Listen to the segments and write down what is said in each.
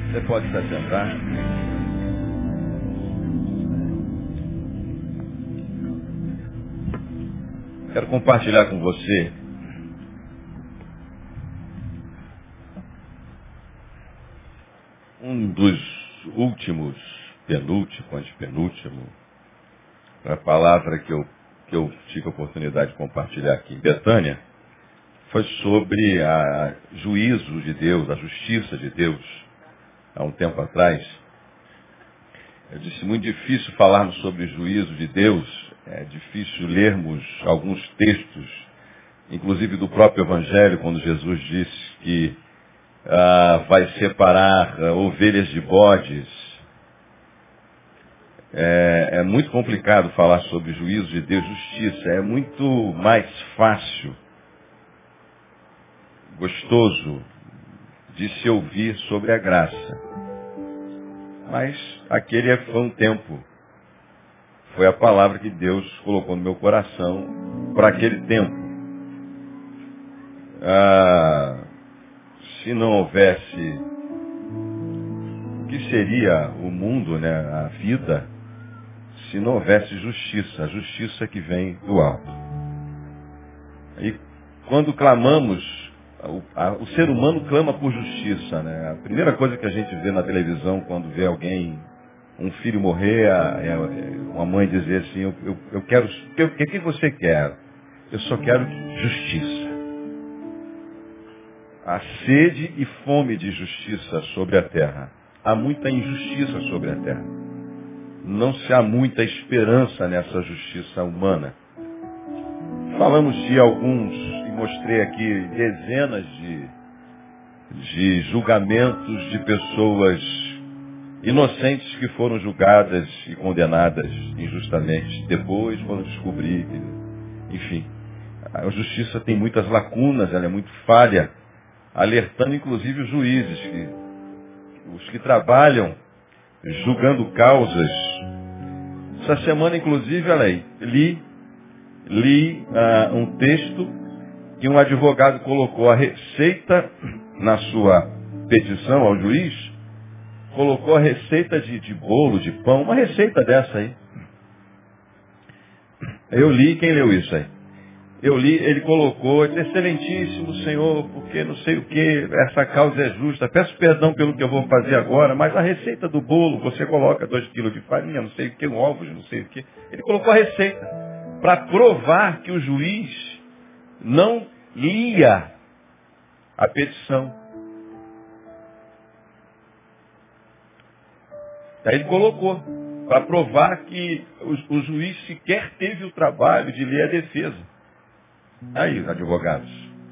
Você pode se assentar. Quero compartilhar com você um dos últimos, penúltimo, antepenúltimo, a palavra que eu tive a oportunidade de compartilhar aqui em Betânia, foi sobre o juízo de Deus, a justiça de Deus, há um tempo atrás. Eu disse, muito difícil falarmos sobre o juízo de Deus, é difícil lermos alguns textos, inclusive do próprio Evangelho, quando Jesus disse que vai separar ovelhas de bodes. É muito complicado falar sobre juízo de Deus, justiça. É muito mais fácil, gostoso de se ouvir sobre a graça. Mas aquele foi um tempo. Foi a palavra que Deus colocou no meu coração para aquele tempo. Se não houvesse, o que seria o mundo, né, a vida, se não houvesse justiça, a justiça que vem do alto. E quando clamamos, o ser humano clama por justiça, né? A primeira coisa que a gente vê na televisão quando vê alguém, um filho morrer, uma mãe dizer assim, eu quero, o que você quer? Eu só quero justiça. Há sede e fome de justiça sobre a terra. Há muita injustiça sobre a terra. Não se há muita esperança nessa justiça humana. Falamos de alguns, e mostrei aqui dezenas de julgamentos de pessoas inocentes que foram julgadas e condenadas injustamente. Depois foram descobrir que, enfim, a justiça tem muitas lacunas, ela é muito falha, alertando inclusive os juízes, os que trabalham julgando causas. Essa semana, inclusive, li um texto que um advogado colocou a receita na sua petição ao juiz, colocou a receita de bolo, de pão, uma receita dessa aí. Eu li, quem leu isso aí? Eu li, ele colocou, excelentíssimo senhor, porque não sei o que, essa causa é justa, peço perdão pelo que eu vou fazer agora, mas a receita do bolo, você coloca 2 quilos de farinha, não sei o que, ovos, não sei o que. Ele colocou a receita para provar que o juiz não lia a petição. Aí ele colocou, para provar que o juiz sequer teve o trabalho de ler a defesa. Aí, advogados,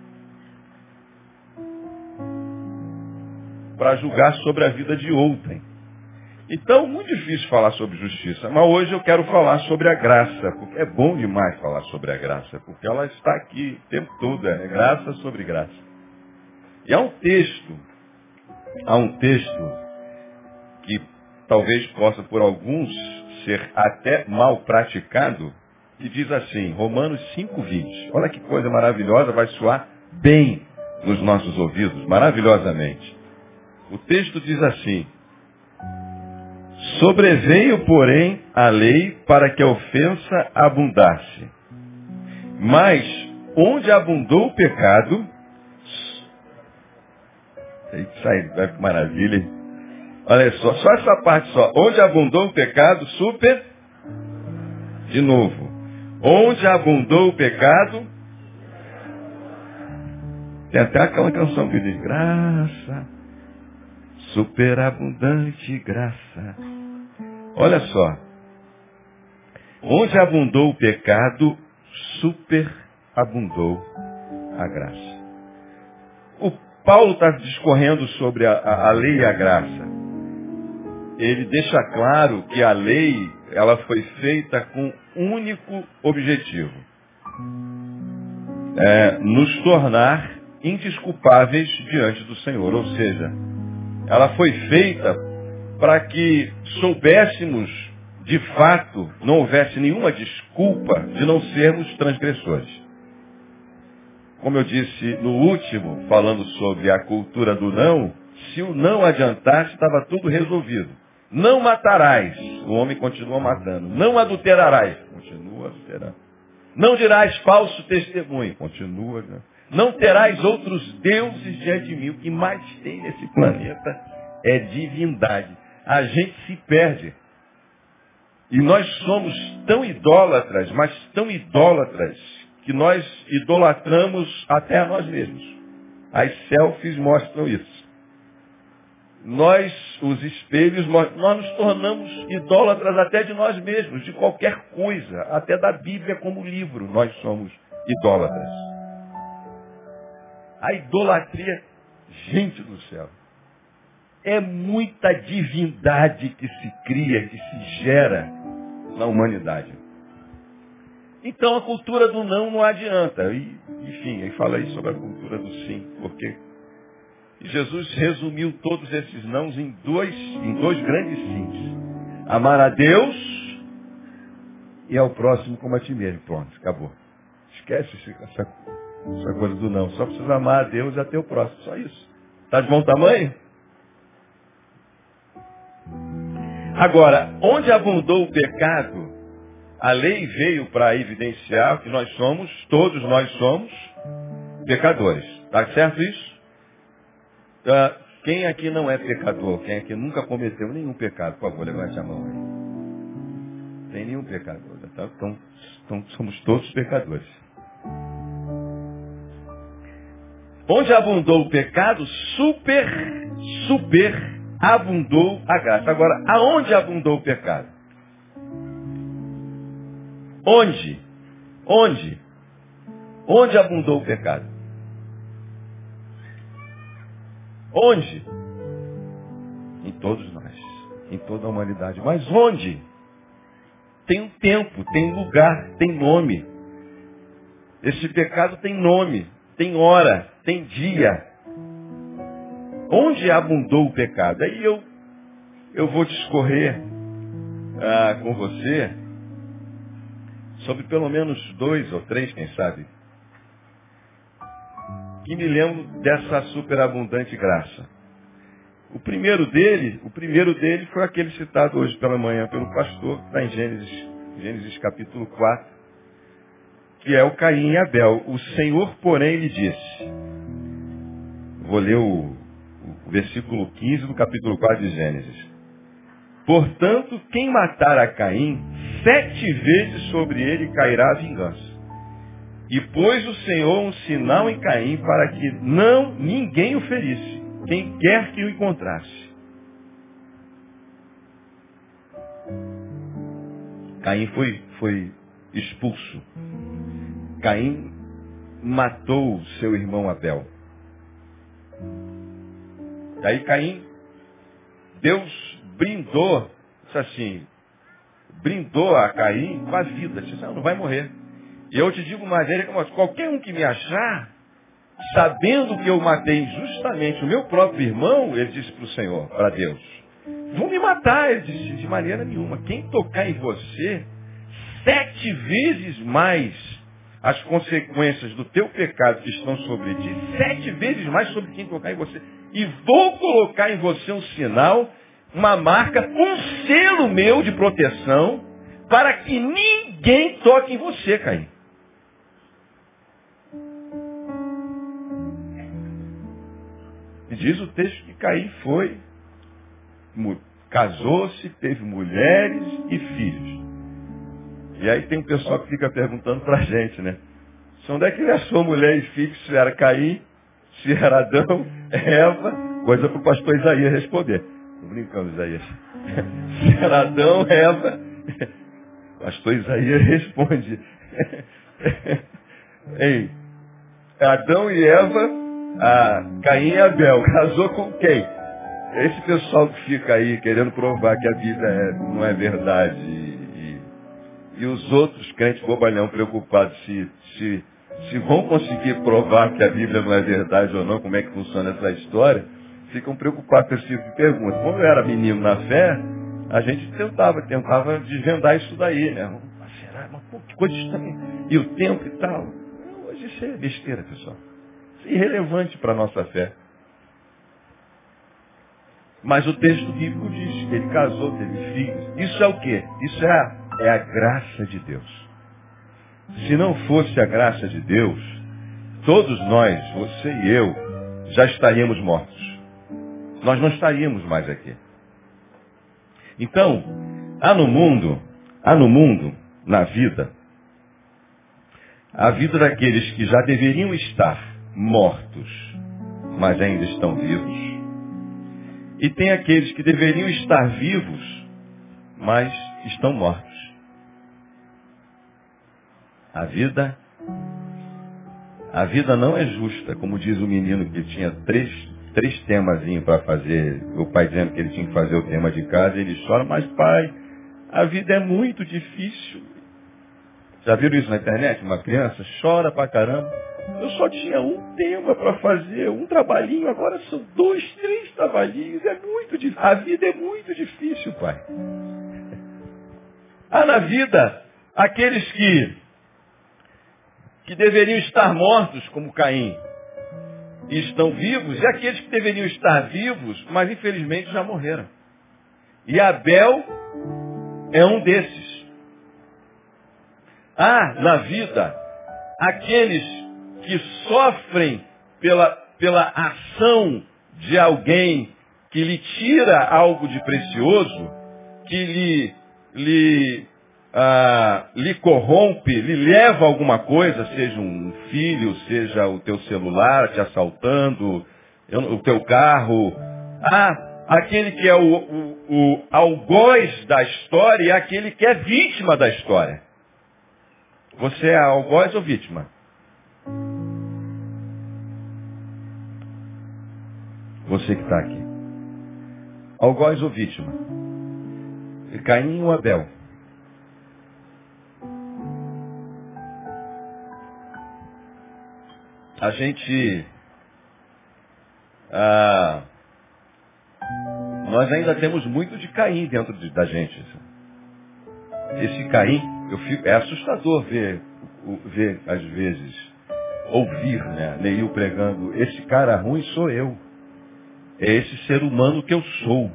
para julgar sobre a vida de outrem. Então, muito difícil falar sobre justiça, mas hoje eu quero falar sobre a graça, porque é bom demais falar sobre a graça, porque ela está aqui o tempo todo, é graça sobre graça. E há um texto que talvez possa por alguns ser até mal praticado, que diz assim, Romanos 5:20. Olha que coisa maravilhosa, vai soar bem nos nossos ouvidos, maravilhosamente. O texto diz assim, sobreveio, porém, a lei para que a ofensa abundasse. Mas, onde abundou o pecado... Isso aí, vai que maravilha, hein? Olha só essa parte só. Onde abundou o pecado, de novo. Onde abundou o pecado, tem até aquela canção que diz, graça, superabundante graça. Olha só. Onde abundou o pecado, superabundou a graça. O Paulo está discorrendo sobre a lei e a graça. Ele deixa claro que a lei, ela foi feita com um único objetivo. Nos tornar indesculpáveis diante do Senhor. Ou seja, ela foi feita para que soubéssemos, de fato, não houvesse nenhuma desculpa de não sermos transgressores. Como eu disse no último, falando sobre a cultura do não, Se o não adiantasse, estava tudo resolvido. Não matarás. O homem continua matando. Não adulterarás. Continua adulterando. Não dirás falso testemunho. Continua. Né? Não terás outros deuses diante de mim. O que mais tem nesse planeta é divindade. A gente se perde. E nós somos tão idólatras, mas tão idólatras, que nós idolatramos até a nós mesmos. As selfies mostram isso. Nós, os espelhos, nós nos tornamos idólatras até de nós mesmos, de qualquer coisa, até da Bíblia como livro, nós somos idólatras. A idolatria, gente do céu, é muita divindade que se cria, que se gera na humanidade. Então a cultura do não adianta. E, enfim, ele fala aí sobre a cultura do sim, porque Jesus resumiu todos esses nãos em dois grandes sims. Amar a Deus e ao próximo como a ti mesmo. Pronto, acabou. Esquece essa coisa do não. Só precisa amar a Deus e a teu próximo. Só isso. Está de bom tamanho? Agora, onde abundou o pecado, a lei veio para evidenciar que todos nós somos pecadores. Está certo isso? Quem aqui não é pecador? Quem aqui nunca cometeu nenhum pecado? Por favor, levante a mão aí. Tem nenhum pecador. Então somos todos pecadores. Onde abundou o pecado, super abundou a graça. Agora, aonde abundou o pecado? Onde? Onde abundou o pecado? Onde? Em todos nós. Em toda a humanidade. Mas onde? Tem um tempo, tem um lugar, tem nome. Esse pecado tem nome, tem hora, tem dia. Onde abundou o pecado? Aí eu vou discorrer com você sobre pelo menos 2 ou 3, quem sabe, que me lembro dessa superabundante graça. O primeiro dele foi aquele citado hoje pela manhã pelo pastor, que está em Gênesis capítulo 4, que é o Caim e Abel. O Senhor, porém, lhe disse, vou ler o versículo 15 do capítulo 4 de Gênesis. Portanto, quem matar a Caim, 7 vezes sobre ele cairá a vingança. E pôs o Senhor um sinal em Caim para que ninguém o ferisse, quem quer que o encontrasse. Caim foi expulso. Caim matou seu irmão Abel. Daí Deus brindou a Caim com a vida. Disse, não vai morrer. E eu te digo mais, qualquer um que me achar, sabendo que eu matei injustamente o meu próprio irmão, ele disse para o Senhor, para Deus, vão me matar. Ele disse, de maneira nenhuma. Quem tocar em você, 7 vezes mais as consequências do teu pecado que estão sobre ti, 7 vezes mais sobre quem tocar em você. E vou colocar em você um sinal, uma marca, um selo meu de proteção, para que ninguém toque em você, Caim. E diz o texto que Caim casou-se, teve mulheres e filhos. E aí tem um pessoal que fica perguntando para a gente, né? Onde é que ele achou mulher e filhos? Se era Caim, se era Adão, Eva, coisa para o pastor Isaías responder. Estou brincando, Isaías. Se era Adão, Eva, o pastor Isaías responde. Ei, Adão e Eva, Caim e Abel, casou com quem? Esse pessoal que fica aí querendo provar que a Bíblia não é verdade. E os outros crentes bobalhão preocupados se vão conseguir provar que a Bíblia não é verdade ou não, como é que funciona essa história, ficam preocupados com esse tipo de pergunta. Quando eu era menino na fé, a gente tentava desvendar isso daí, né? Será? Mas pô, que coisa estranha. E o tempo e tal. Hoje isso é besteira, pessoal. Isso é irrelevante para a nossa fé. Mas o texto bíblico diz que ele casou, teve filhos. Isso é o quê? Isso é a graça de Deus. Se não fosse a graça de Deus, todos nós, você e eu, já estaríamos mortos. Nós não estaríamos mais aqui. Então, há no mundo, na vida, a vida daqueles que já deveriam estar mortos, mas ainda estão vivos. E tem aqueles que deveriam estar vivos, mas estão mortos. A vida não é justa, como diz o menino que tinha três temazinhos para fazer. O pai dizendo que ele tinha que fazer o tema de casa, e ele chora, mas pai, a vida é muito difícil. Já viram isso na internet? Uma criança chora pra caramba. Eu só tinha um tema para fazer, um trabalhinho, agora são 2, 3 trabalhinhos. É muito difícil. A vida é muito difícil, pai. Há na vida aqueles que deveriam estar mortos, como Caim, e estão vivos, e aqueles que deveriam estar vivos, mas infelizmente já morreram. E Abel é um desses. Há na vida aqueles que sofrem pela ação de alguém que lhe tira algo de precioso, que lhe corrompe, lhe leva alguma coisa, seja um filho, seja o teu celular te assaltando, o teu carro. Há aquele que é o algoz da história e aquele que é vítima da história. Você é algoz ou vítima? Você que está aqui. Algoz ou vítima? E Caim ou Abel? A gente... nós ainda temos muito de Caim dentro da gente. Esse Caim, é assustador ver às vezes, ouvir, né? Neil pregando, esse cara ruim sou eu. É esse ser humano que eu sou.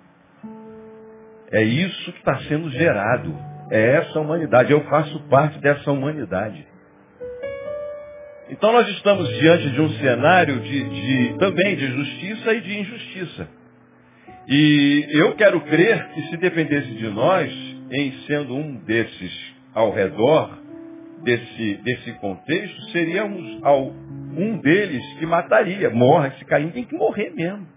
É isso que está sendo gerado. É essa humanidade. Eu faço parte dessa humanidade. Então nós estamos diante de um cenário também de justiça e de injustiça. E eu quero crer que se dependesse de nós, em sendo um desses ao redor desse contexto, seríamos um deles que mataria. Morre, esse Caim tem que morrer mesmo.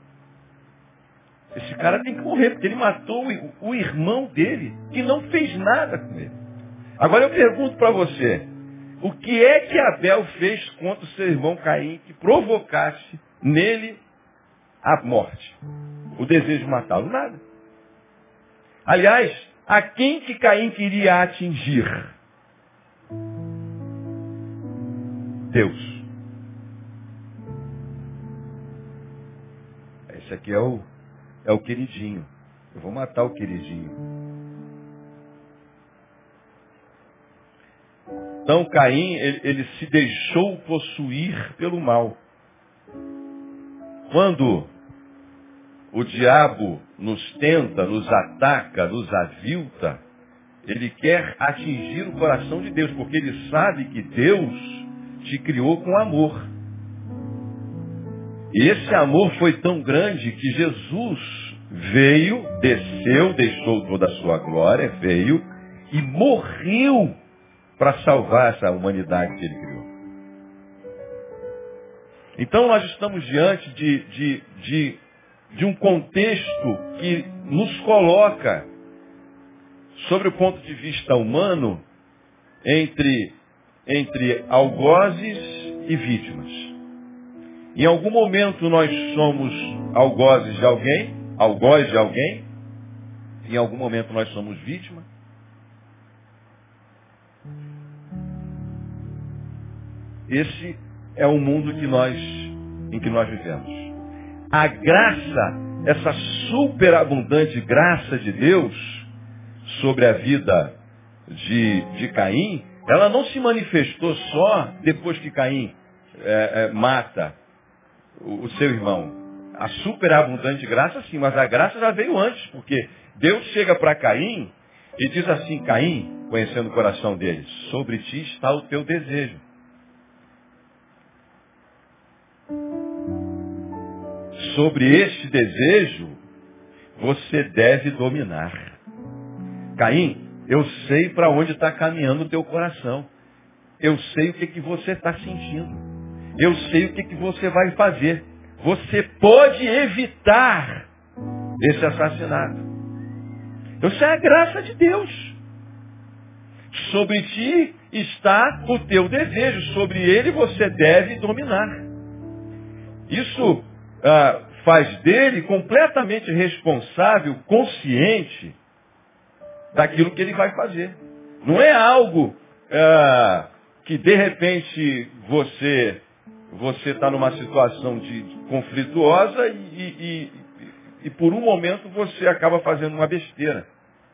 Esse cara tem que morrer, porque ele matou o irmão dele, que não fez nada com ele. Agora eu pergunto para você, o que é que Abel fez contra o seu irmão Caim que provocasse nele a morte? O desejo de matá-lo? Nada. Aliás, a quem que Caim queria atingir? Deus. Esse aqui é o queridinho. Eu vou matar o queridinho. Então Caim, ele se deixou possuir pelo mal. Quando o diabo nos tenta, nos ataca, nos avilta, ele quer atingir o coração de Deus, porque ele sabe que Deus te criou com amor. E esse amor foi tão grande que Jesus veio, desceu, deixou toda a sua glória, veio e morreu para salvar essa humanidade que ele criou. Então nós estamos diante de um contexto que nos coloca, sobre o ponto de vista humano, entre algozes e vítimas. Em algum momento nós somos algozes de alguém, algoz de alguém, em algum momento nós somos vítima. Esse é o mundo em que nós vivemos. A graça, essa superabundante graça de Deus sobre a vida de Caim, ela não se manifestou só depois que Caim mata o seu irmão. A superabundante graça, sim, mas a graça já veio antes, porque Deus chega para Caim e diz assim, Caim, conhecendo o coração dele, sobre ti está o teu desejo. Sobre este desejo, você deve dominar. Caim, eu sei para onde está caminhando o teu coração. Eu sei o que você está sentindo. Eu sei o que você vai fazer. Você pode evitar esse assassinato. Isso é a graça de Deus. Sobre ti está o teu desejo. Sobre ele você deve dominar. Isso faz dele completamente responsável, consciente daquilo que ele vai fazer. Não é algo que de repente você está numa situação conflituosa e por um momento você acaba fazendo uma besteira.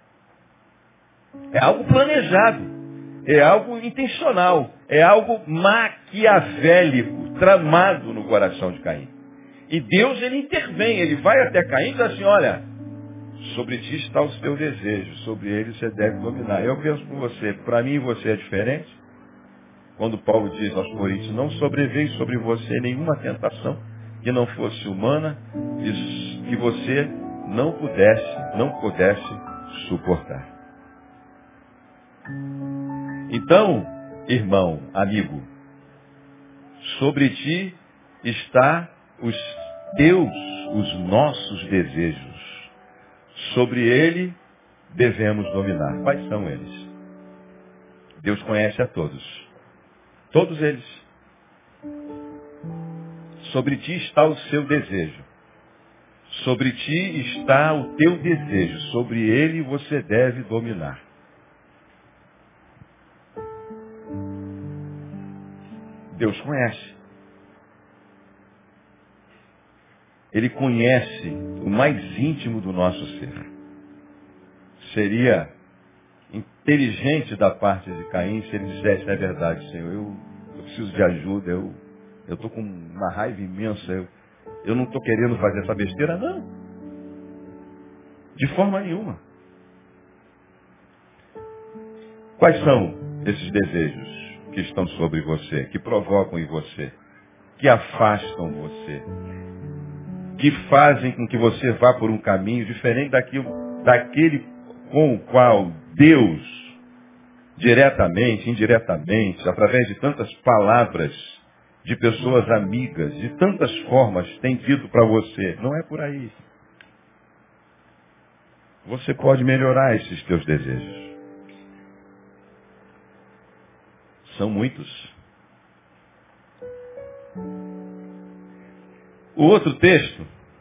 É algo planejado, é algo intencional, é algo maquiavélico, tramado no coração de Caim. E Deus, ele intervém, ele vai até Caim e diz assim, olha, sobre ti está o teu desejo, sobre ele você deve dominar. Eu penso com você, para mim você é diferente. Quando Paulo diz aos Coríntios, não sobreveio sobre você nenhuma tentação que não fosse humana e que você não pudesse suportar. Então, irmão, amigo, sobre ti está os nossos desejos. Sobre ele devemos dominar. Quais são eles? Deus conhece a todos. Todos eles. Sobre ti está o seu desejo. Sobre ti está o teu desejo. Sobre ele você deve dominar. Deus conhece. Ele conhece o mais íntimo do nosso ser. Seria inteligente da parte de Caim se ele dissesse, é verdade, Senhor, eu preciso de ajuda, eu estou com uma raiva imensa, eu não estou querendo fazer essa besteira, não. De forma nenhuma. Quais são esses desejos que estão sobre você, que provocam em você, que afastam você, que fazem com que você vá por um caminho diferente daquele com o qual Deus, diretamente, indiretamente, através de tantas palavras, de pessoas amigas, de tantas formas, tem dito para você, não é por aí. Você pode melhorar esses teus desejos. São muitos. Um outro texto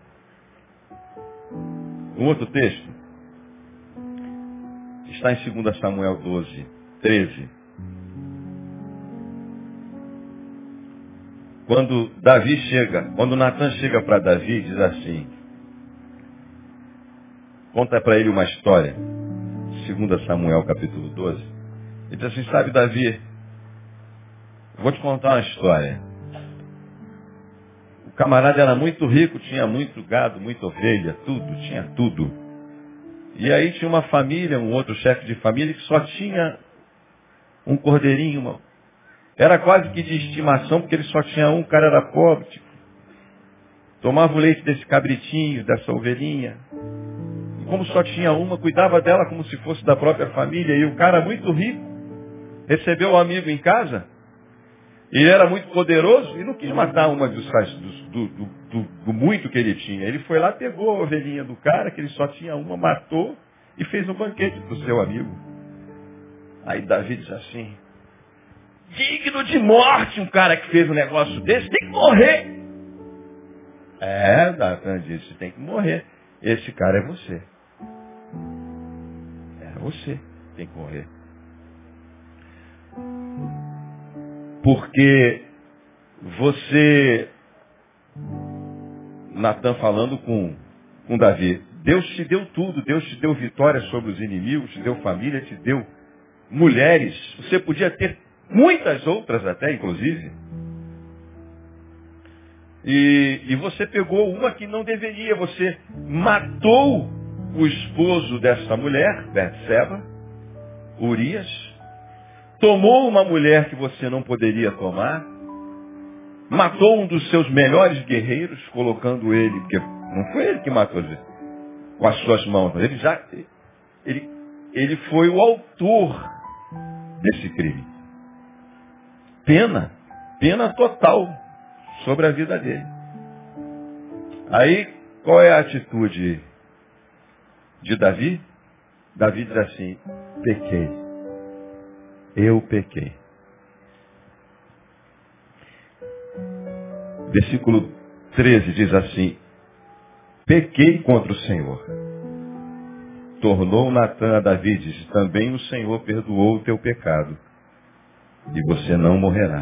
está em 2 Samuel 12, 13. Quando Natan chega para Davi, diz assim, conta para ele uma história, 2 Samuel capítulo 12, ele diz assim, sabe Davi, vou te contar uma história. O camarada era muito rico, tinha muito gado, muita ovelha, tinha tudo. E aí tinha uma família, um outro chefe de família que só tinha um cordeirinho, era quase que de estimação, porque ele só tinha um, o cara era pobre, tomava o leite desse cabritinho, dessa ovelhinha. E como só tinha uma, cuidava dela como se fosse da própria família. E o cara muito rico, recebeu um amigo em casa, e ele era muito poderoso, e não quis matar uma do muito que ele tinha. Ele foi lá, pegou a ovelhinha do cara, que ele só tinha uma, matou, e fez um banquete para o seu amigo. Aí Davi diz assim, digno de morte um cara que fez um negócio desse, tem que morrer. Natan disse, tem que morrer. Esse cara é você. É você, tem que morrer. Porque você, Natan falando com Davi, Deus te deu tudo, Deus te deu vitória sobre os inimigos, te deu família, te deu mulheres, você podia ter muitas outras até, inclusive. E você pegou uma que não deveria. Você matou o esposo dessa mulher, Betseba, Urias. Tomou uma mulher que você não poderia tomar. Matou um dos seus melhores guerreiros, colocando ele, porque não foi ele que matou com as suas mãos, mas ele foi o autor desse crime. Pena total sobre a vida dele. Aí, qual é a atitude de Davi? Davi diz assim: pequei. Eu pequei. Versículo 13 diz assim: pequei contra o Senhor. Tornou Natã a Davi e disse: também o Senhor perdoou o teu pecado, e você não morrerá.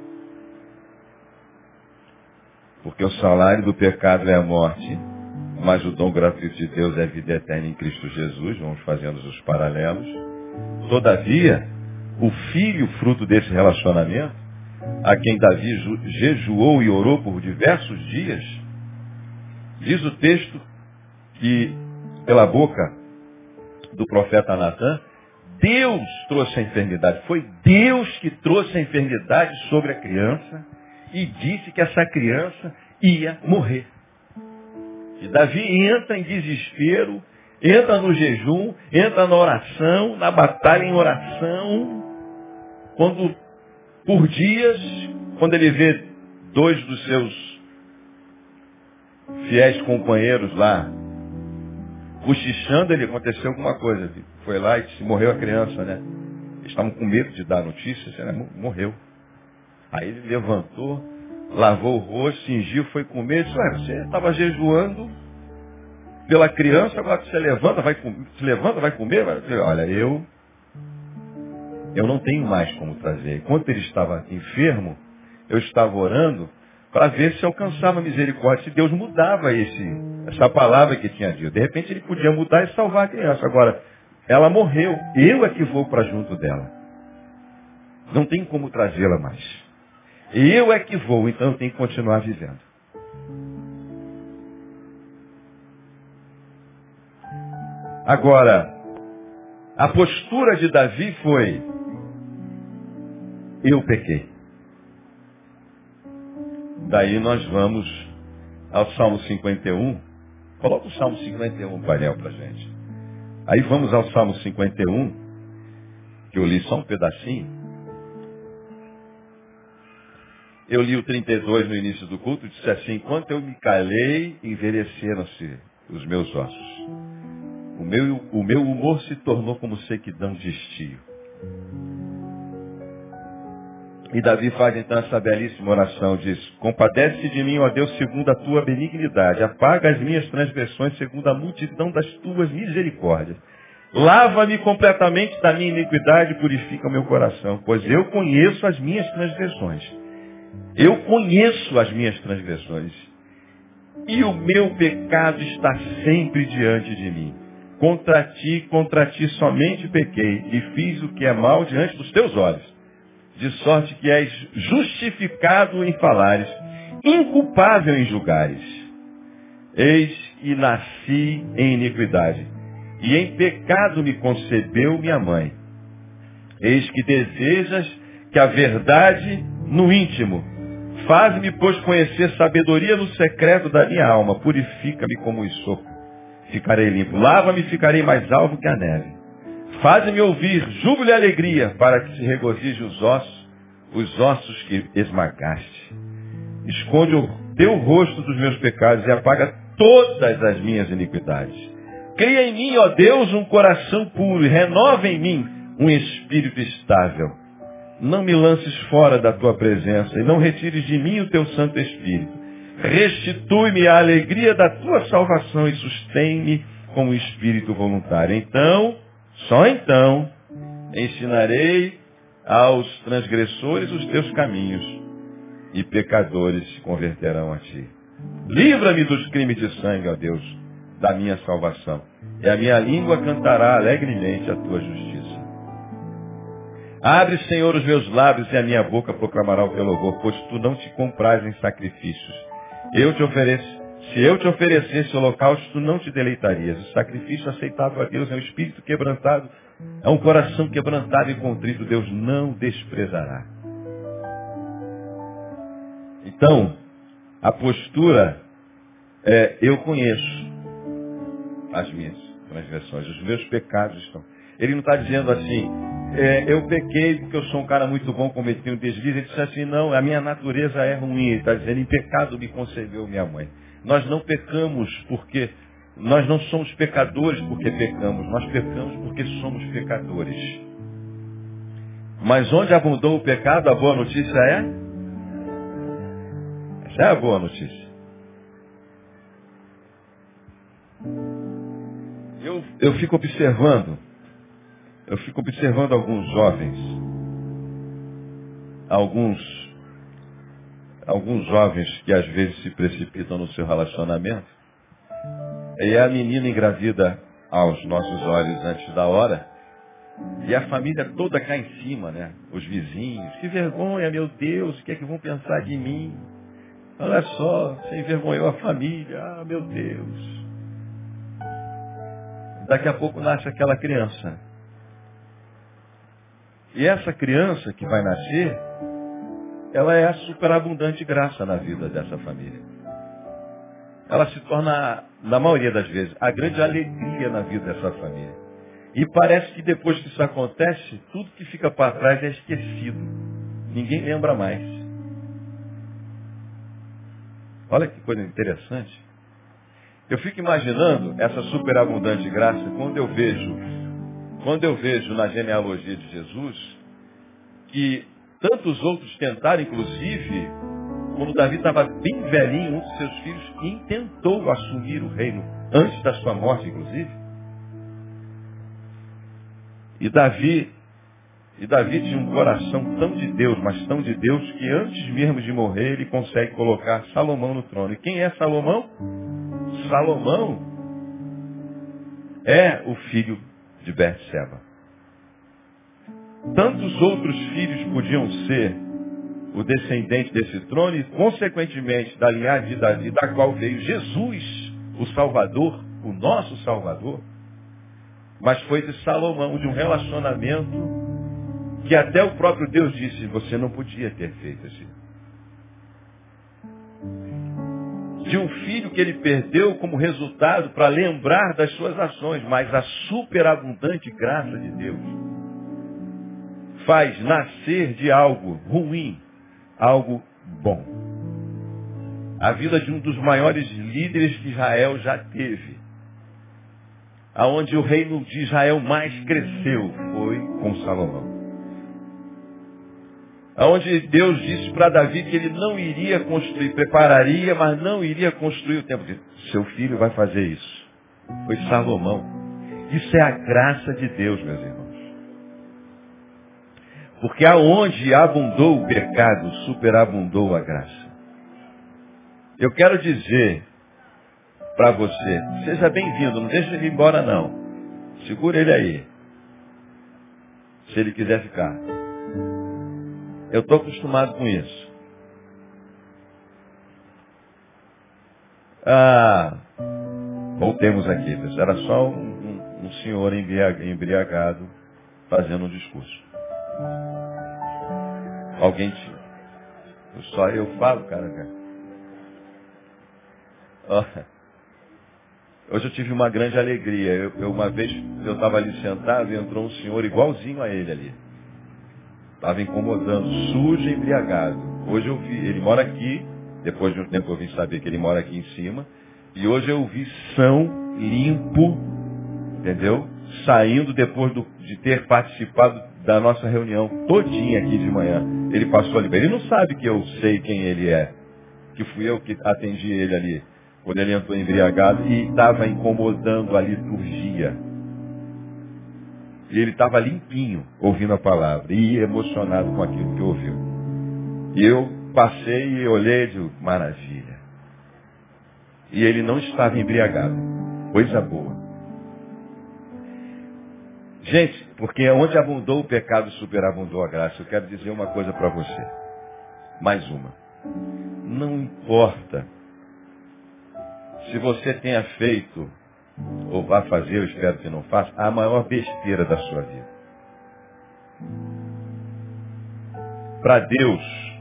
Porque o salário do pecado é a morte, mas o dom gratuito de Deus é a vida eterna em Cristo Jesus. Vamos fazendo os paralelos. Todavia, o filho, fruto desse relacionamento, a quem Davi jejuou e orou por diversos dias, diz o texto que, pela boca do profeta Natã, Deus trouxe a enfermidade. Foi Deus que trouxe a enfermidade sobre a criança e disse que essa criança ia morrer. E Davi entra em desespero, entra no jejum, entra na oração, na batalha em oração, quando, por dias, quando ele vê dois dos seus fiéis companheiros lá, cochichando, ele aconteceu alguma coisa. Foi lá e disse: morreu a criança, né? Eles estavam com medo de dar notícias, né? Morreu. Aí ele levantou, lavou o rosto, cingiu, foi comer, e disse: ué, você estava jejuando pela criança, agora você levanta, vai comer? Vai dizer: olha, eu não tenho mais como trazer. Enquanto ele estava enfermo, eu estava orando para ver se alcançava misericórdia, se Deus mudava essa palavra que tinha dito. De repente ele podia mudar e salvar a criança. Agora, ela morreu, eu é que vou para junto dela. Não tem como trazê-la mais. Eu é que vou, então eu tenho que continuar vivendo. Agora, a postura de Davi foi: eu pequei. Daí nós vamos ao Salmo 51. Coloca o Salmo 51 no painel para a gente. Aí vamos ao Salmo 51, que eu li só um pedacinho. Eu li o 32 no início do culto, disse assim: enquanto eu me calei, envelheceram-se os meus ossos. O meu humor se tornou como sequidão de estio. E Davi faz então essa belíssima oração, diz: compadece de mim, ó Deus, segundo a tua benignidade. Apaga as minhas transgressões segundo a multidão das tuas misericórdias. Lava-me completamente da minha iniquidade e purifica o meu coração, pois eu conheço as minhas transgressões. Eu conheço as minhas transgressões. E o meu pecado está sempre diante de mim. Contra ti somente pequei, e fiz o que é mal diante dos teus olhos. De sorte que és justificado em falares, inculpável em julgares. Eis que nasci em iniquidade, e em pecado me concebeu minha mãe. Eis que desejas que a verdade no íntimo, faz-me, pois, conhecer sabedoria no secreto da minha alma. Purifica-me como o isopo, ficarei limpo. Lava-me, ficarei mais alvo que a neve. Faz-me ouvir júbilo e alegria, para que se regozije os ossos que esmagaste. Esconde o teu rosto dos meus pecados e apaga todas as minhas iniquidades. Cria em mim, ó Deus, um coração puro e renova em mim um espírito estável. Não me lances fora da tua presença e não retires de mim o teu Santo Espírito. Restitui-me a alegria da tua salvação e sustém-me com o espírito voluntário. Então, só então, ensinarei aos transgressores os teus caminhos e pecadores se converterão a ti. Livra-me dos crimes de sangue, ó Deus, da minha salvação. E a minha língua cantará alegremente a tua justiça. Abre, Senhor, os meus lábios e a minha boca proclamará o teu louvor, pois tu não te compraz em sacrifícios Se eu te oferecesse holocausto, tu não te deleitarias. O sacrifício aceitável a Deus é um espírito quebrantado, é um coração quebrantado e contrito. Deus não desprezará. Então, a postura é: eu conheço as minhas transgressões, os meus pecados estão. Ele não está dizendo assim, eu pequei porque eu sou um cara muito bom, cometi um deslize. Ele disse assim, não, a minha natureza é ruim. Ele está dizendo, em pecado me concebeu minha mãe. Nós não pecamos porque, nós não somos pecadores porque pecamos, nós pecamos porque somos pecadores. Mas onde abundou o pecado, a boa notícia é? Essa é a boa notícia. Eu fico observando alguns jovens, alguns jovens que às vezes se precipitam no seu relacionamento, e a menina engravida aos nossos olhos antes da hora, e a família toda cai em cima, né? Os vizinhos, que vergonha, meu Deus, o que é que vão pensar de mim? Olha só, você envergonhou a família, ah, meu Deus. Daqui a pouco nasce aquela criança. E essa criança que vai nascer, ela é a superabundante graça na vida dessa família. Ela se torna, na maioria das vezes, a grande alegria na vida dessa família. E parece que depois que isso acontece, tudo que fica para trás é esquecido. Ninguém lembra mais. Olha que coisa interessante. Eu fico imaginando essa superabundante graça quando eu vejo na genealogia de Jesus que tantos outros tentaram, inclusive, quando Davi estava bem velhinho, um dos seus filhos intentou assumir o reino antes da sua morte, inclusive. E Davi tinha um coração tão de Deus, mas tão de Deus, que antes mesmo de morrer, ele consegue colocar Salomão no trono. E quem é Salomão? Salomão é o filho de Betseba. Tantos outros filhos podiam ser o descendente desse trono e, consequentemente, da linhagem de Davi, da qual veio Jesus, o Salvador, o nosso Salvador. Mas foi de Salomão, de um relacionamento que até o próprio Deus disse, você não podia ter feito assim. De um filho que ele perdeu como resultado para lembrar das suas ações, mas a superabundante graça de Deus faz nascer de algo ruim, algo bom. A vida de um dos maiores líderes que Israel já teve, aonde o reino de Israel mais cresceu, foi com Salomão. Aonde Deus disse para Davi que ele não iria construir, prepararia, mas não iria construir o templo. Seu filho vai fazer isso. Foi Salomão. Isso é a graça de Deus, meus irmãos. Porque aonde abundou o pecado, superabundou a graça. Eu quero dizer para você, seja bem-vindo, não deixe ele ir embora não. Segura ele aí. Se ele quiser ficar. Eu estou acostumado com isso. Voltemos aqui. Era só um senhor embriagado fazendo um discurso. Alguém só eu falo, cara. Hoje eu tive uma grande alegria. Uma vez eu estava ali sentado e entrou um senhor igualzinho a ele ali. Estava incomodando, sujo e embriagado. Hoje eu vi, ele mora aqui, depois de um tempo eu vim saber que ele mora aqui em cima, e hoje eu vi são, limpo, entendeu? Saindo depois de ter participado da nossa reunião todinha aqui de manhã. Ele passou ali, ele não sabe que eu sei quem ele é, que fui eu que atendi ele ali, quando ele entrou embriagado e estava incomodando a liturgia. E ele estava limpinho, ouvindo a palavra, e emocionado com aquilo que ouviu. E eu passei e olhei e digo, maravilha. E ele não estava embriagado. Coisa boa. Gente, porque onde abundou o pecado, superabundou a graça. Eu quero dizer uma coisa para você. Mais uma. Não importa se você tenha feito, ou vá fazer, eu espero que não faça, a maior besteira da sua vida. Para Deus,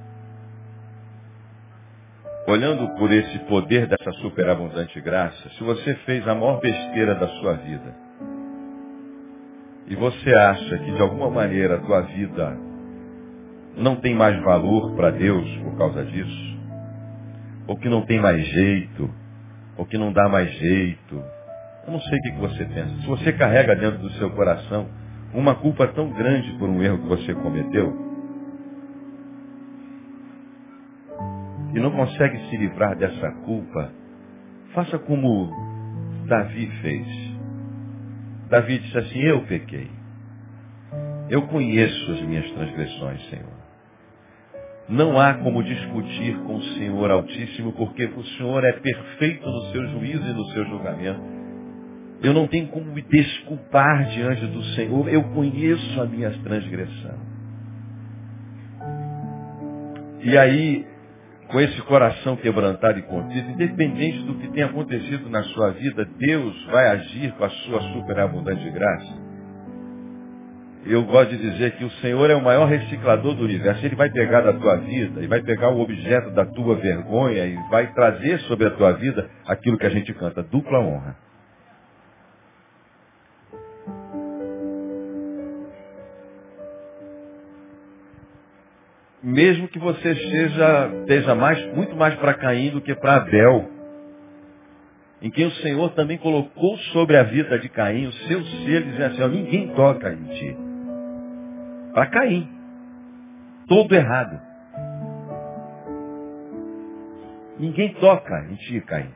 olhando por esse poder dessa superabundante graça, se você fez a maior besteira da sua vida, e você acha que de alguma maneira a tua vida não tem mais valor para Deus por causa disso, ou que não tem mais jeito, ou que não dá mais jeito, eu não sei o que você pensa. Se você carrega dentro do seu coração uma culpa tão grande por um erro que você cometeu, e não consegue se livrar dessa culpa, faça como Davi fez. Davi disse assim: eu pequei. Eu conheço as minhas transgressões, Senhor. Não há como discutir com o Senhor Altíssimo, porque o Senhor é perfeito no seu juízo e no seu julgamento. Eu não tenho como me desculpar diante do Senhor. Eu conheço a minha transgressão. E aí, com esse coração quebrantado e contrito, independente do que tenha acontecido na sua vida, Deus vai agir com a sua superabundante graça. Eu gosto de dizer que o Senhor é o maior reciclador do universo. Ele vai pegar da tua vida, e vai pegar o objeto da tua vergonha, e vai trazer sobre a tua vida aquilo que a gente canta, dupla honra. Mesmo que você esteja muito mais para Caim do que para Abel, em quem o Senhor também colocou sobre a vida de Caim o seu selo, dizendo assim: ó, ninguém toca em ti. Para Caim, todo errado. Ninguém toca em ti, Caim.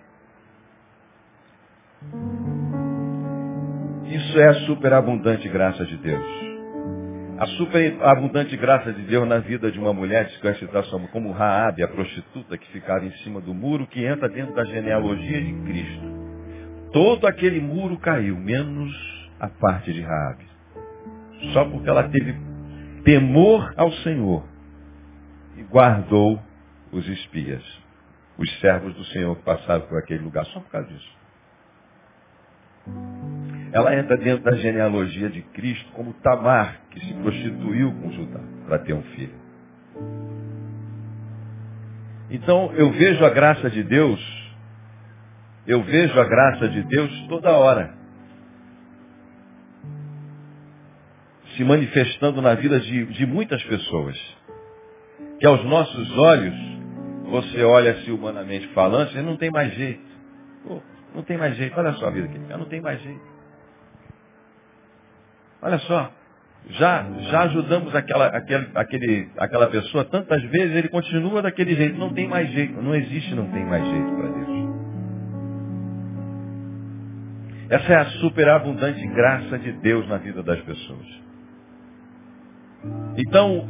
Isso é a superabundante graça de Deus. A superabundante graça de Deus na vida de uma mulher, que vai citar como Raabe, a prostituta que ficava em cima do muro, que entra dentro da genealogia de Cristo. Todo aquele muro caiu, menos a parte de Raabe. Só porque ela teve temor ao Senhor e guardou os espias, os servos do Senhor que passaram por aquele lugar, só por causa disso. Ela entra dentro da genealogia de Cristo como Tamar, que se prostituiu com Judá para ter um filho. Então eu vejo a graça de Deus, toda hora, se manifestando na vida de muitas pessoas, que aos nossos olhos, você olha assim humanamente falando, você não tem mais jeito. Pô, não tem mais jeito, olha a sua vida aqui, não tem mais jeito. Olha só, já ajudamos aquela pessoa tantas vezes, ele continua daquele jeito, não tem mais jeito, não existe, não tem mais jeito para Deus. Essa é a superabundante graça de Deus na vida das pessoas. Então,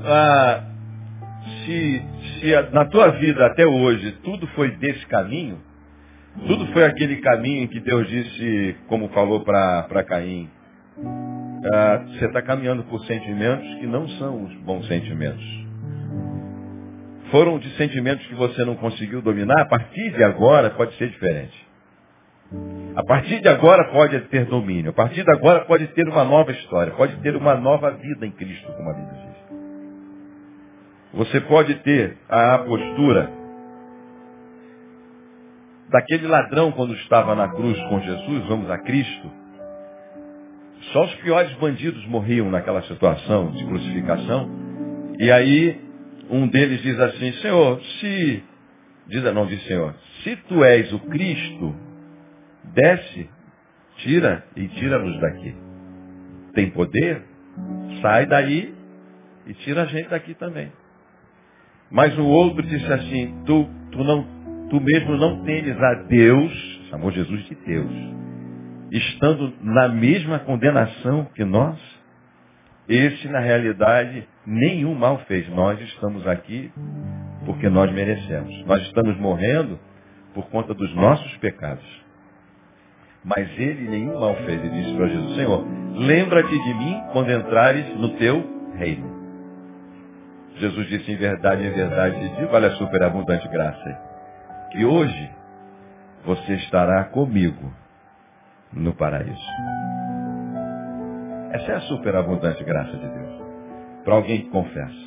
se na tua vida até hoje tudo foi desse caminho, tudo foi aquele caminho em que Deus disse, como falou para Caim, você está caminhando por sentimentos que não são os bons sentimentos. Foram de sentimentos que você não conseguiu dominar, a partir de agora pode ser diferente. A partir de agora pode ter domínio. A partir de agora pode ter uma nova história. Pode ter uma nova vida em Cristo, como a Bíblia diz. Você pode ter a postura daquele ladrão quando estava na cruz com Jesus, vamos a Cristo. Só os piores bandidos morriam naquela situação de crucificação. E aí, um deles diz assim, Senhor, se tu és o Cristo, desce, tira-nos daqui. Tem poder? Sai daí e tira a gente daqui também. Mas o outro disse assim, tu mesmo não temes a Deus, chamou Jesus de Deus, estando na mesma condenação que nós, esse na realidade nenhum mal fez. Nós estamos aqui porque nós merecemos. Nós estamos morrendo por conta dos nossos pecados. Mas ele nenhum mal fez. Ele disse para Jesus, Senhor, lembra-te de mim quando entrares no teu reino. Jesus disse, em verdade, te digo, olha a superabundante graça, que hoje você estará comigo no paraíso. Essa é a superabundante graça de Deus. Para alguém que confessa.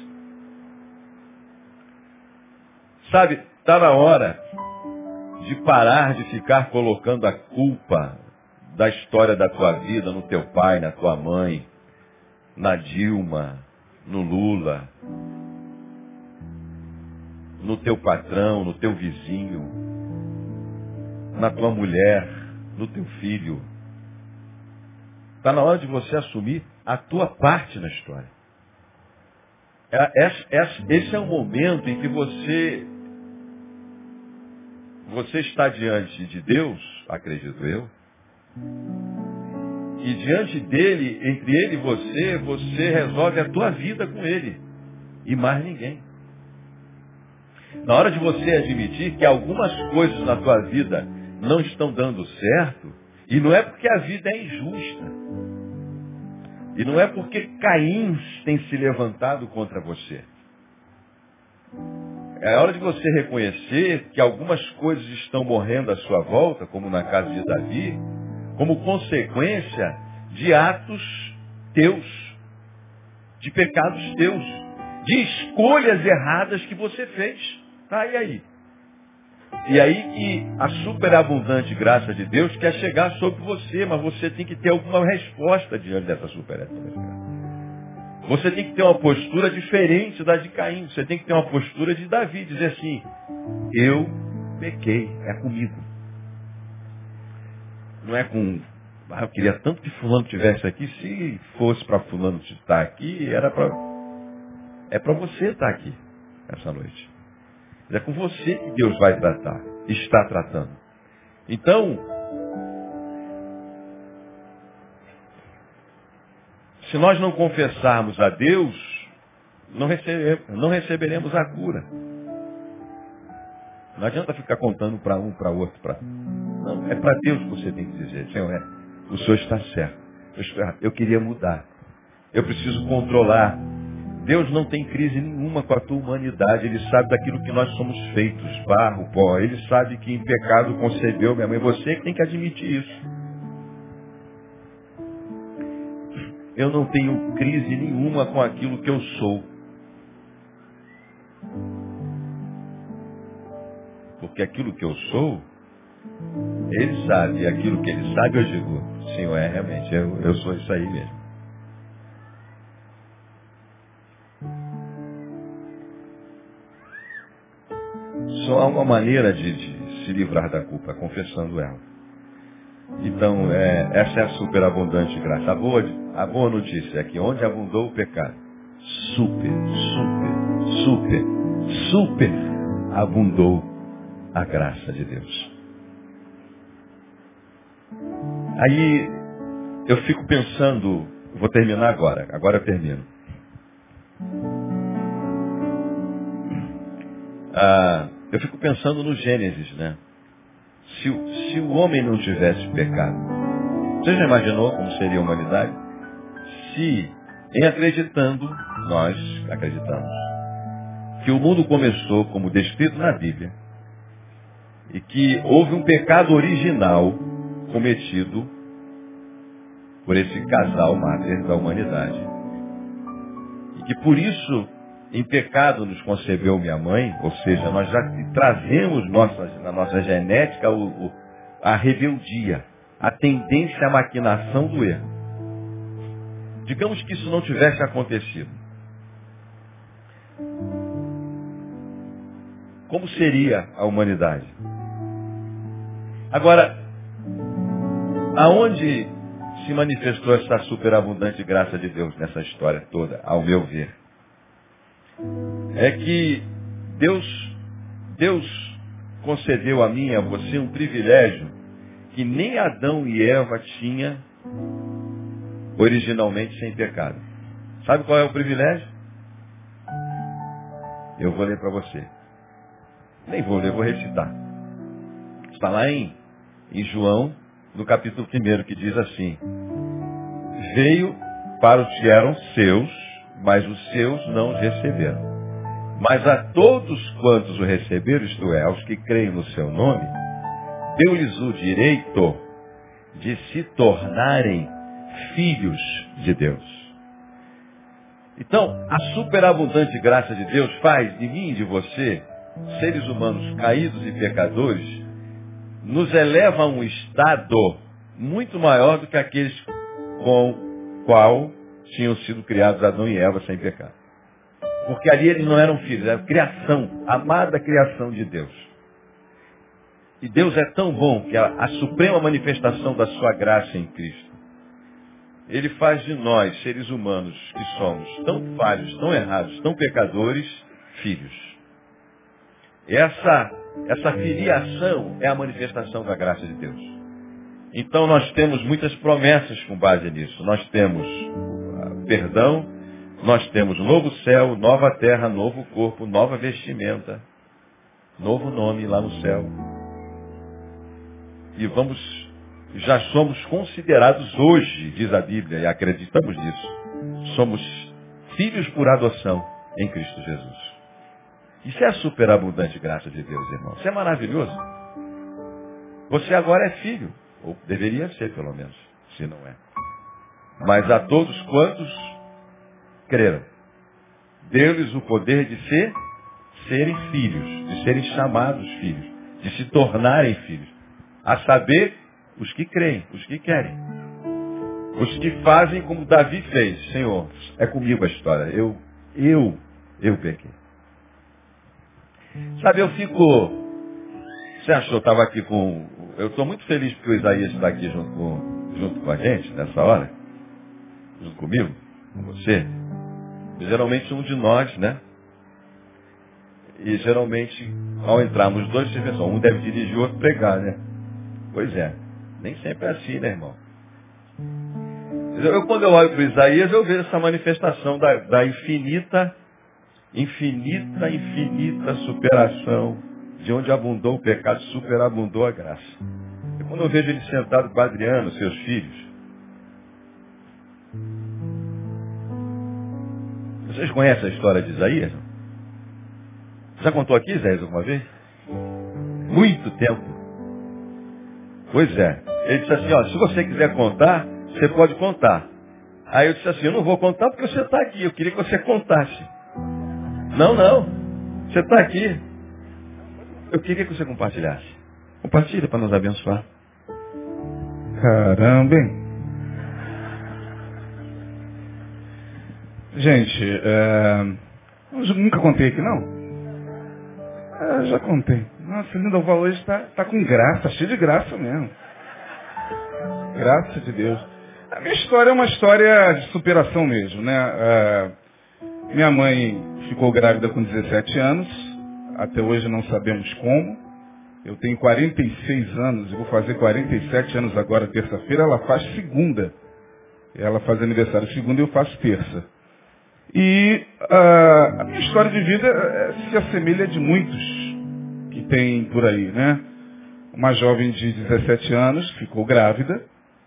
Sabe, está na hora de parar de ficar colocando a culpa da história da tua vida no teu pai, na tua mãe, na Dilma, no Lula, no teu patrão, no teu vizinho, na tua mulher, no teu filho. Está na hora de você assumir a tua parte na história. Esse é o momento em que você está diante de Deus, acredito eu, e diante dele, entre ele e você resolve a tua vida com ele, e mais ninguém. Na hora de você admitir que algumas coisas na tua vida não estão dando certo, e não é porque a vida é injusta, e não é porque Caim tem se levantado contra você. É a hora de você reconhecer que algumas coisas estão morrendo à sua volta, como na casa de Davi, como consequência de atos teus, de pecados teus, de escolhas erradas que você fez. Tá, e aí? E aí que a superabundante graça de Deus quer chegar sobre você, mas você tem que ter alguma resposta diante dessa superabundante graça. Você tem que ter uma postura diferente da de Caim. Você tem que ter uma postura de Davi, dizer assim, eu pequei, é comigo. Não é com, eu queria tanto que fulano estivesse aqui, se fosse para fulano estar aqui, é para você estar aqui essa noite. É com você que Deus vai tratar, está tratando. Então, se nós não confessarmos a Deus, não receberemos a cura. Não adianta ficar contando para um, para outro. Não, é para Deus que você tem que dizer, Senhor, o Senhor está certo. Eu queria mudar. Eu preciso controlar. Deus não tem crise nenhuma com a tua humanidade. Ele sabe daquilo que nós somos feitos, barro, pó. Ele sabe que em pecado concebeu minha mãe. Você que tem que admitir isso. Eu não tenho crise nenhuma com aquilo que eu sou. Porque aquilo que eu sou, Ele sabe. E aquilo que Ele sabe, eu digo, Senhor, realmente, eu sou isso aí mesmo. Só há uma maneira de se livrar da culpa, confessando ela. Então, essa é a superabundante graça. A boa notícia é que onde abundou o pecado, super abundou a graça de Deus. Aí, eu fico pensando, vou terminar agora eu termino. Eu fico pensando no Gênesis, né? Se o homem não tivesse pecado, você já imaginou como seria a humanidade? Se, nós acreditamos, que o mundo começou como descrito na Bíblia, e que houve um pecado original cometido por esse casal máter da humanidade. E que por isso, em pecado nos concebeu minha mãe, ou seja, nós já trazemos na nossa genética a rebeldia, a tendência à maquinação do erro. Digamos que isso não tivesse acontecido. Como seria a humanidade? Agora, aonde se manifestou essa superabundante graça de Deus nessa história toda, ao meu ver? É que Deus concedeu a mim e a você um privilégio que nem Adão e Eva tinham originalmente sem pecado. Sabe qual é o privilégio? Eu vou ler para você. Nem vou ler, vou recitar. Está lá em João, no capítulo 1, que diz assim: veio para os que eram seus, mas os seus não os receberam. Mas a todos quantos o receberam, isto é, aos que creem no seu nome, deu-lhes o direito de se tornarem filhos de Deus. Então, a superabundante graça de Deus faz de mim e de você, seres humanos caídos e pecadores, nos eleva a um estado muito maior do que aqueles com o qual tinham sido criados Adão e Eva sem pecado. Porque ali eles não eram filhos, era criação, amada criação de Deus. E Deus é tão bom que a suprema manifestação da sua graça em Cristo, Ele faz de nós, seres humanos, que somos tão falhos, tão errados, tão pecadores, filhos. Essa filiação é a manifestação da graça de Deus. Então nós temos muitas promessas com base nisso. Nós temos perdão, nós temos novo céu, nova terra, novo corpo, nova vestimenta, novo nome lá no céu. E já somos considerados hoje, diz a Bíblia, e acreditamos nisso. Somos filhos por adoção em Cristo Jesus. Isso é a superabundante graça de Deus, irmão. Isso é maravilhoso. Você agora é filho, ou deveria ser pelo menos, se não é. Mas a todos quantos creram, deu-lhes o poder de serem filhos, de serem chamados filhos, de se tornarem filhos. A saber, os que creem, os que querem. Os que fazem como Davi fez. Senhor, é comigo a história. Eu pequei. Sabe, você achou, eu estava aqui com... Eu estou muito feliz porque o Isaías está aqui junto com a gente, nessa hora. Junto comigo, com você. Geralmente um de nós, né? E geralmente, ao entrarmos dois, você pensa, um deve dirigir, o outro pregar, né? Pois é. Nem sempre é assim, né, irmão? Quando eu olho para o Isaías, eu vejo essa manifestação da infinita superação. De onde abundou o pecado, superabundou a graça. E quando eu vejo ele sentado com a Adriana, seus filhos, vocês conhecem a história de Isaías? Já contou aqui, Isaías, alguma vez? Muito tempo. Pois é. Ele disse assim, ó, se você quiser contar, você pode contar. Aí eu disse assim, eu não vou contar porque você está aqui. Eu queria que você contasse. Não. Você está aqui. Eu queria que você compartilhasse. Compartilha para nos abençoar. Caramba, hein? Gente, eu nunca contei aqui, não? Já contei. Nossa, Lindoval hoje está com graça, cheio de graça mesmo. Graça de Deus. A minha história é uma história de superação mesmo, né? Minha mãe ficou grávida com 17 anos. Até hoje não sabemos como. Eu tenho 46 anos, eu vou fazer 47 anos agora, terça-feira. Ela faz segunda. Ela faz aniversário segunda e eu faço terça. E a minha história de vida se assemelha de muitos que tem por aí, né? Uma jovem de 17 anos ficou grávida,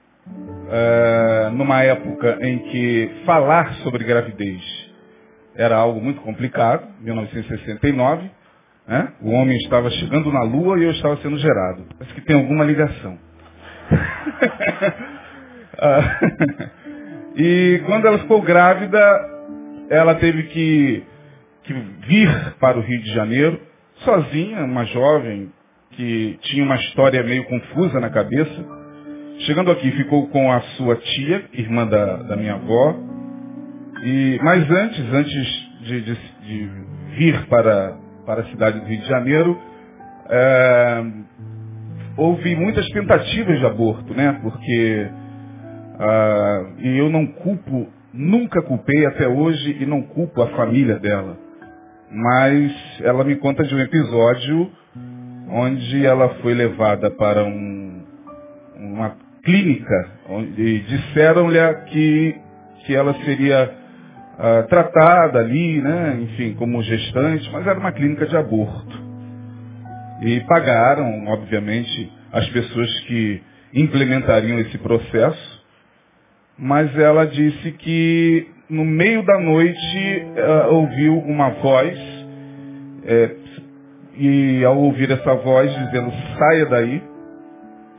numa época em que falar sobre gravidez era algo muito complicado, 1969, né? O homem estava chegando na Lua e eu estava sendo gerado. Parece que tem alguma ligação. E quando ela ficou grávida, ela teve que vir para o Rio de Janeiro, sozinha, uma jovem que tinha uma história meio confusa na cabeça. Chegando aqui, ficou com a sua tia, irmã da minha avó. Mas antes de vir para a cidade do Rio de Janeiro, houve muitas tentativas de aborto, né? Porque e eu não culpo, nunca culpei até hoje e não culpo a família dela. Mas ela me conta de um episódio onde ela foi levada para uma clínica onde disseram-lhe que ela seria tratada ali, né, enfim, como gestante, mas era uma clínica de aborto. E pagaram, obviamente, as pessoas que implementariam esse processo, mas ela disse que no meio da noite ouviu uma voz, e ao ouvir essa voz dizendo, saia daí,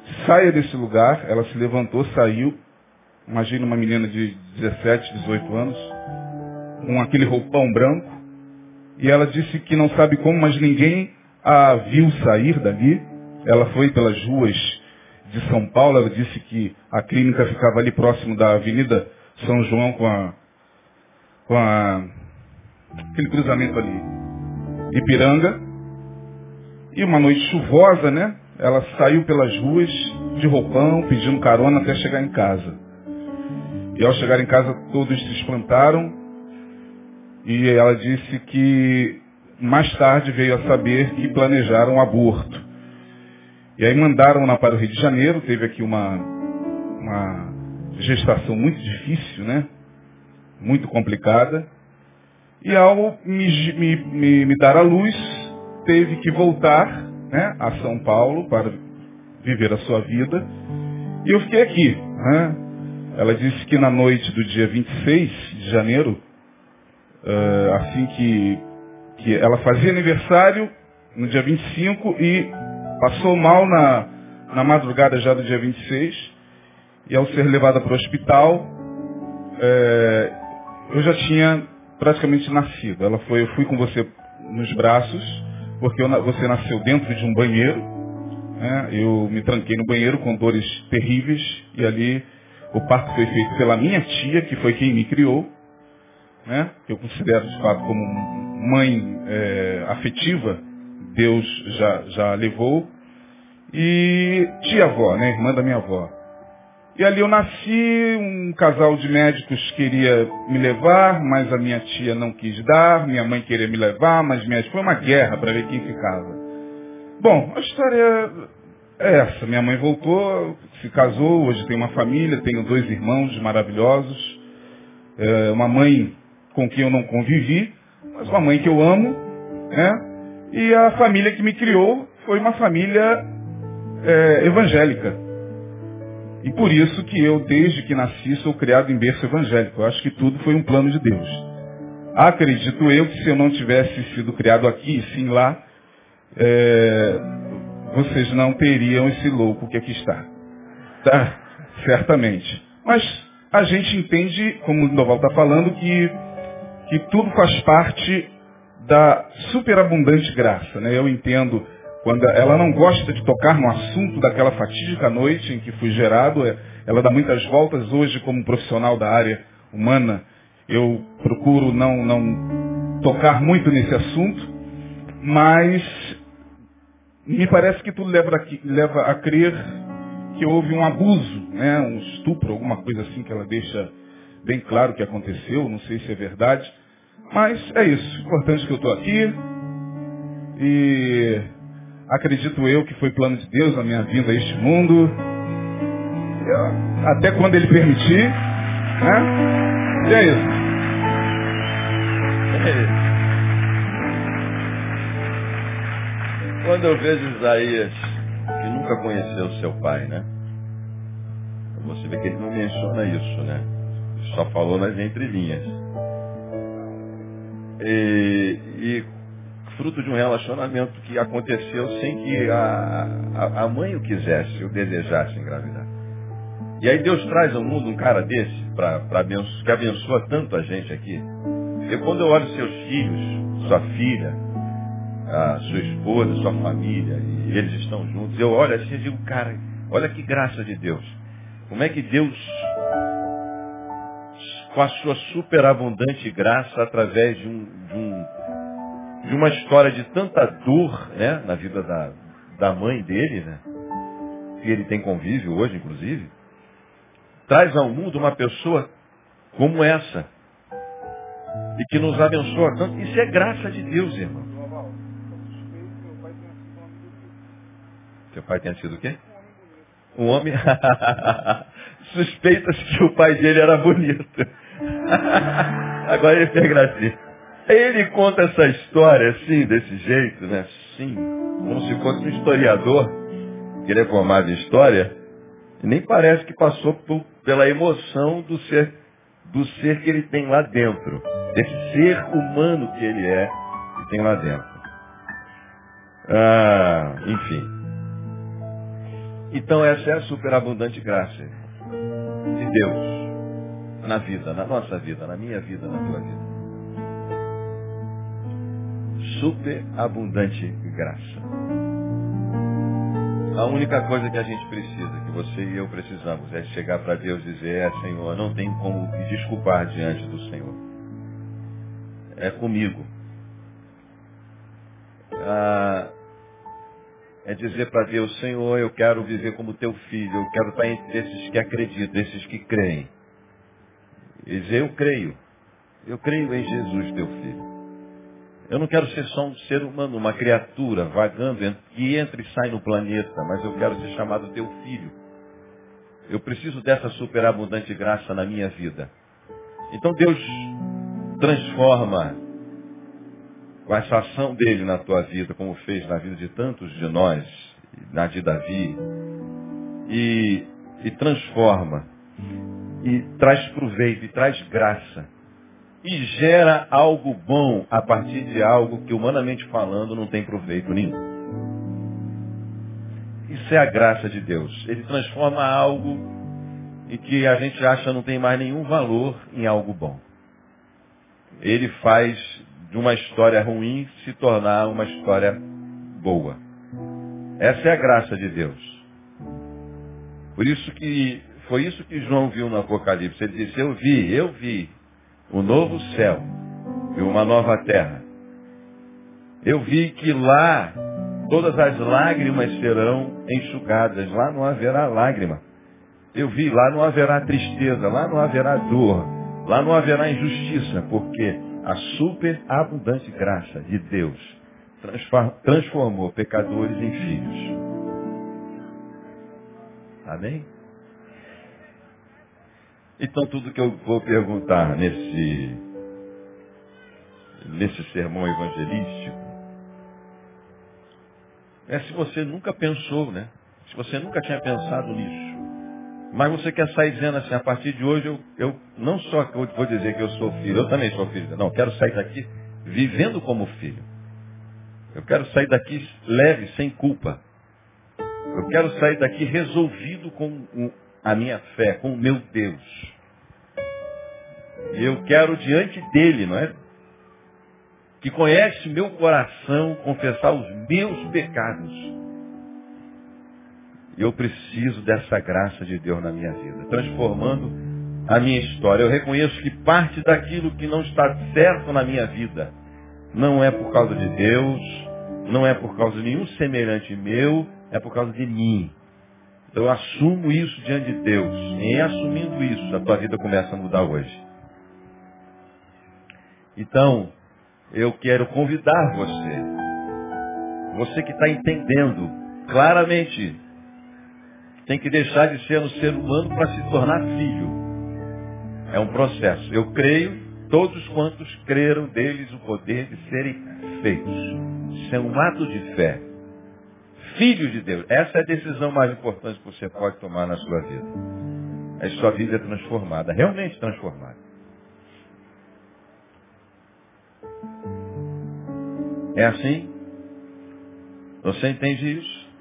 saia desse lugar. Ela se levantou, saiu. Imagina uma menina de 17, 18 anos, com aquele roupão branco. E ela disse que não sabe como, mas ninguém a viu sair dali. Ela foi pelas ruas de São Paulo. Ela disse que a clínica ficava ali próximo da Avenida São João com aquele cruzamento ali, Ipiranga. E uma noite chuvosa, né? Ela saiu pelas ruas de roupão, pedindo carona até chegar em casa. E ao chegar em casa, todos se espantaram. E ela disse que mais tarde veio a saber que planejaram um aborto. E aí mandaram-na para o Rio de Janeiro. Teve aqui uma gestação muito difícil, né? Muito complicada. E ao me dar a luz, teve que voltar, né, a São Paulo para viver a sua vida. E eu fiquei aqui, né? Ela disse que na noite do dia 26 de janeiro, assim que ela fazia aniversário, no dia 25, e passou mal na madrugada já do dia 26, e ao ser levada para o hospital, eu já tinha praticamente nascido. Eu fui com você nos braços, porque você nasceu dentro de um banheiro, né? Eu me tranquei no banheiro com dores terríveis, e ali o parto foi feito pela minha tia, que foi quem me criou, né? Eu considero de fato como mãe afetiva. Deus já levou. E tia-avó, né? Irmã da minha avó. E ali eu nasci. Um casal de médicos queria me levar, mas a minha tia não quis dar. Minha mãe queria me levar, mas foi uma guerra para ver quem ficava. Bom, a história é essa. Minha mãe voltou, se casou, hoje tem uma família, tenho 2 irmãos maravilhosos. Uma mãe com quem eu não convivi, mas uma mãe que eu amo, né? E a família que me criou foi uma família evangélica. E por isso que eu, desde que nasci, sou criado em berço evangélico. Eu acho que tudo foi um plano de Deus. Acredito eu que se eu não tivesse sido criado aqui, e sim lá, vocês não teriam esse louco que aqui está. Tá? Certamente. Mas a gente entende, como o Noval está falando, que tudo faz parte da superabundante graça, né? Eu entendo quando ela não gosta de tocar no assunto daquela fatídica noite em que fui gerado. Ela dá muitas voltas. Hoje, como profissional da área humana, eu procuro não tocar muito nesse assunto, mas me parece que tudo leva a crer que houve um abuso, né? Um estupro, alguma coisa assim, que ela deixa bem claro que aconteceu. Não sei se é verdade, mas é isso. Importante que eu estou aqui e acredito eu que foi plano de Deus a minha vinda a este mundo, até quando Ele permitir, né? E é isso. Quando eu vejo Isaías, que nunca conheceu seu pai, né? Você vê que ele não menciona isso, né? Ele só falou nas entrelinhas. E fruto de um relacionamento que aconteceu sem que a mãe o quisesse, o desejasse engravidar. E aí Deus traz ao mundo um cara desse, que abençoa tanto a gente aqui. E quando eu olho seus filhos, sua filha, a sua esposa, sua família, e eles estão juntos, eu olho assim e digo, cara, olha que graça de Deus. Como é que Deus, com a sua superabundante graça, através de uma história de tanta dor, né, na vida da mãe dele, né, que ele tem convívio hoje, inclusive, traz ao mundo uma pessoa como essa, e que nos abençoa tanto. Isso é graça de Deus, irmão. Seu pai tenha sido o quê? Um homem? Suspeita-se que o pai dele era bonito. Agora ele fez gracinha. Ele conta essa história assim, desse jeito, né? Assim, como se fosse um historiador que ele é formado em história, e nem parece que passou pela emoção do ser que ele tem lá dentro. Desse ser humano que ele é, que tem lá dentro. Enfim. Então essa é a superabundante graça de Deus na vida, na nossa vida, na minha vida, na tua vida. Superabundante graça. A única coisa que a gente precisa, que você e eu precisamos, é chegar para Deus e dizer, Senhor, não tenho como me desculpar diante do Senhor. É comigo. É dizer para Deus, Senhor, eu quero viver como teu filho, eu quero estar entre esses que acreditam, esses que creem. E dizer, eu creio em Jesus, teu filho. Eu não quero ser só um ser humano, uma criatura vagando, que entra e sai no planeta, mas eu quero ser chamado teu filho. Eu preciso dessa superabundante graça na minha vida. Então Deus transforma com essa ação dele na tua vida, como fez na vida de tantos de nós, na de Davi, e transforma, e traz proveito, e traz graça, e gera algo bom a partir de algo que, humanamente falando, não tem proveito nenhum. Isso é a graça de Deus. Ele transforma algo em que a gente acha não tem mais nenhum valor em algo bom. Ele faz de uma história ruim se tornar uma história boa. Essa é a graça de Deus. Foi isso que João viu no Apocalipse. Ele disse, eu vi o novo céu e uma nova terra. Eu vi que lá todas as lágrimas serão enxugadas. Lá não haverá lágrima. Eu vi, lá não haverá tristeza, lá não haverá dor, lá não haverá injustiça, porque a superabundante graça de Deus transformou pecadores em filhos. Amém? Então tudo que eu vou perguntar nesse sermão evangelístico é se você nunca pensou, né? Se você nunca tinha pensado nisso. Mas você quer sair dizendo assim, a partir de hoje eu não só vou dizer que eu sou filho, eu também sou filho. Não, eu quero sair daqui vivendo como filho. Eu quero sair daqui leve, sem culpa. Eu quero sair daqui resolvido com a minha fé, com o meu Deus. E eu quero diante dele, não é? Que conhece meu coração, confessar os meus pecados. Eu preciso dessa graça de Deus na minha vida, transformando a minha história. Eu reconheço que parte daquilo que não está certo na minha vida não é por causa de Deus, não é por causa de nenhum semelhante meu, é por causa de mim. Então eu assumo isso diante de Deus. E em assumindo isso, a tua vida começa a mudar hoje. Então, eu quero convidar você que está entendendo claramente, tem que deixar de ser um ser humano para se tornar filho. É um processo. Eu creio, todos quantos creram deles o poder de serem feitos. Isso é um ato de fé. Filho de Deus. Essa é a decisão mais importante que você pode tomar na sua vida. A sua vida é transformada, realmente transformada. É assim? Você entende isso?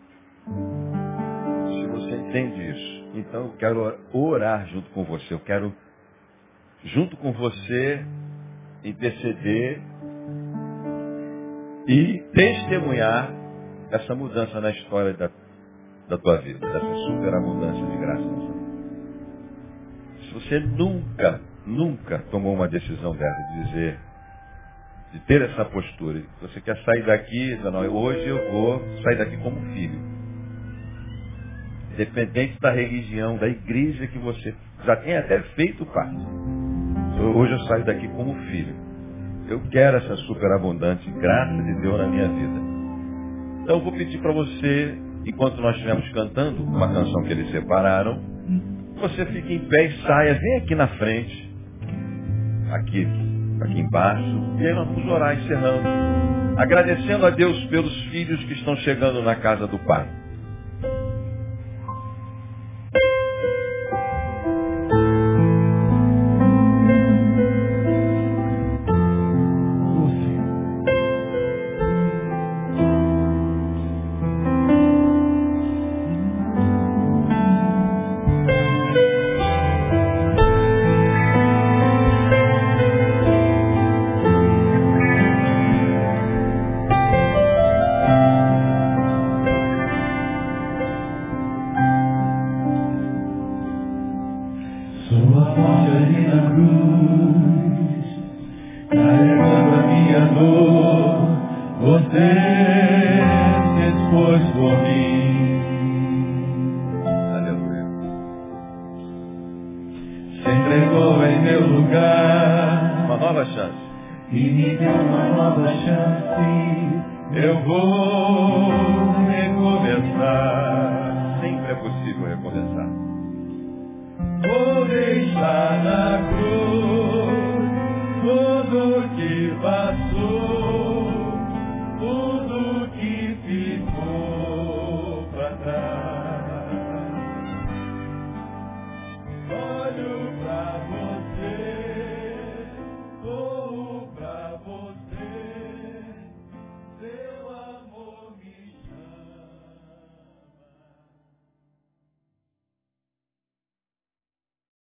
Entende isso? Então eu quero orar junto com você. Eu quero, junto com você, interceder e testemunhar essa mudança na história da tua vida, dessa superabundância de graça. Se você nunca tomou uma decisão dessa, de ter essa postura, você quer sair daqui, não, hoje eu vou sair daqui como filho. Dependente da religião, da igreja que você já tem até feito parte. Hoje eu saio daqui como filho. Eu quero essa superabundante graça de Deus na minha vida. Então eu vou pedir para você, enquanto nós estivermos cantando uma canção que eles separaram, você fique em pé e saia, vem aqui na frente, aqui embaixo, e aí nós vamos orar encerrando, agradecendo a Deus pelos filhos que estão chegando na casa do Pai. morte ali na cruz, carregando a minha dor, você se expôs por mim. Aleluia. Se entregou em meu lugar Uma nova chance. e me deu uma nova chance. Eu vou recomeçar. Sempre é possível recomeçar. Vou deixar na cruz